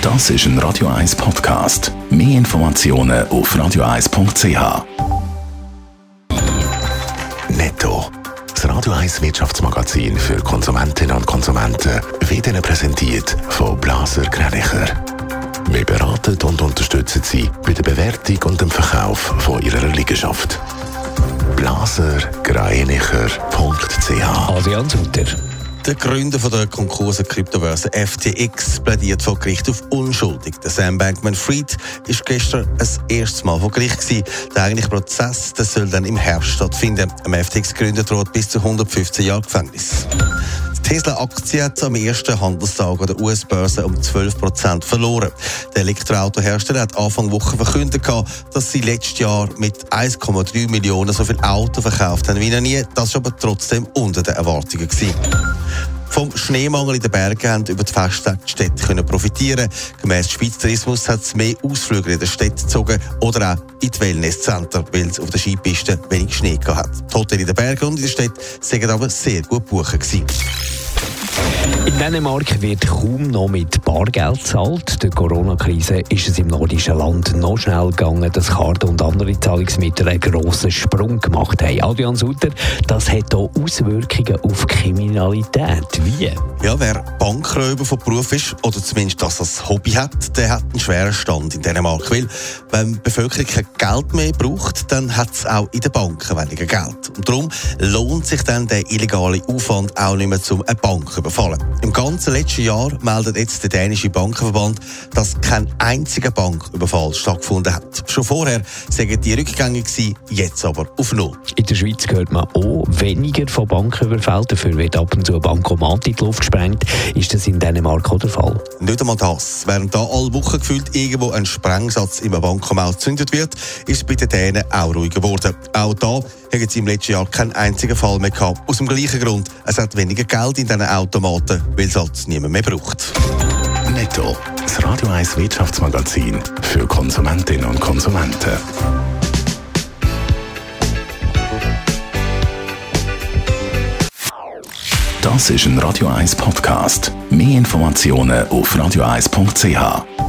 Das ist ein Radio 1 Podcast. Mehr Informationen auf radio1.ch. Netto. Das Radio 1 Wirtschaftsmagazin für Konsumentinnen und Konsumenten wird Ihnen präsentiert von Blaser Greinicher. Wir beraten und unterstützen Sie bei der Bewertung und dem Verkauf von Ihrer Liegenschaft. blasergreinicher.ch. Adrian Sutter. Der Gründer der konkursen Kryptobörse FTX plädiert vor Gericht auf unschuldig. Der Sam Bankman-Fried ist gestern das erste Mal vor Gericht gewesen. Der eigentliche Prozess soll dann im Herbst stattfinden. Dem FTX-Gründer droht bis zu 115 Jahre Gefängnis. Die Tesla-Aktie hat am ersten Handelstag an der US-Börse um 12% verloren. Der Elektroautohersteller hat Anfang Woche verkündet, dass sie letztes Jahr mit 1,3 Millionen so viele Autos verkauft haben wie noch nie. Das war aber trotzdem unter den Erwartungen gewesen. Vom Schneemangel in den Bergen haben über die Festtage die Städte profitieren. Gemäss Schweiz Tourismus hat es mehr Ausflüge in der Stadt gezogen oder auch in die Wellnesscenter, weil es auf der Skipiste wenig Schnee hat. Die Hotels in den Bergen und in der Stadt waren aber sehr gut gebucht gewesen. In Dänemark wird kaum noch mit Bargeld gezahlt. Durch die Corona-Krise ist es im nordischen Land noch schnell gegangen, dass Karten und andere Zahlungsmittel einen grossen Sprung gemacht haben. Adrian Sutter, das hat auch Auswirkungen auf Kriminalität. Wie? Ja, wer Bankräuber von Beruf ist, oder zumindest das als Hobby hat, der hat einen schweren Stand in Dänemark. Weil, wenn die Bevölkerung kein Geld mehr braucht, dann hat es auch in den Banken weniger Geld. Und darum lohnt sich dann der illegale Aufwand auch nicht mehr, um eine Bank zu überfallen. Im ganzen letzten Jahr meldet jetzt der dänische Bankenverband, dass kein einziger Banküberfall stattgefunden hat. Schon vorher sagen die rückgängig gewesen, jetzt aber auf null. In der Schweiz hört man auch weniger von Bankenüberfällen. Dafür wird ab und zu ein Bankomat in die Luft gesprengt. Ist das in Dänemark auch der Fall? Nicht einmal das. Während da alle Wochen gefühlt irgendwo ein Sprengsatz im Bankomat gezündet wird, ist es bei den Dänen auch ruhiger geworden. Auch da haben sie im letzten Jahr keinen einzigen Fall mehr gehabt. Aus dem gleichen Grund, es hat weniger Geld in diesen Automaten, weil es halt niemand mehr braucht. Netto. Das Radio 1 Wirtschaftsmagazin für Konsumentinnen und Konsumenten. Das ist ein Radio 1 Podcast. Mehr Informationen auf radio1.ch.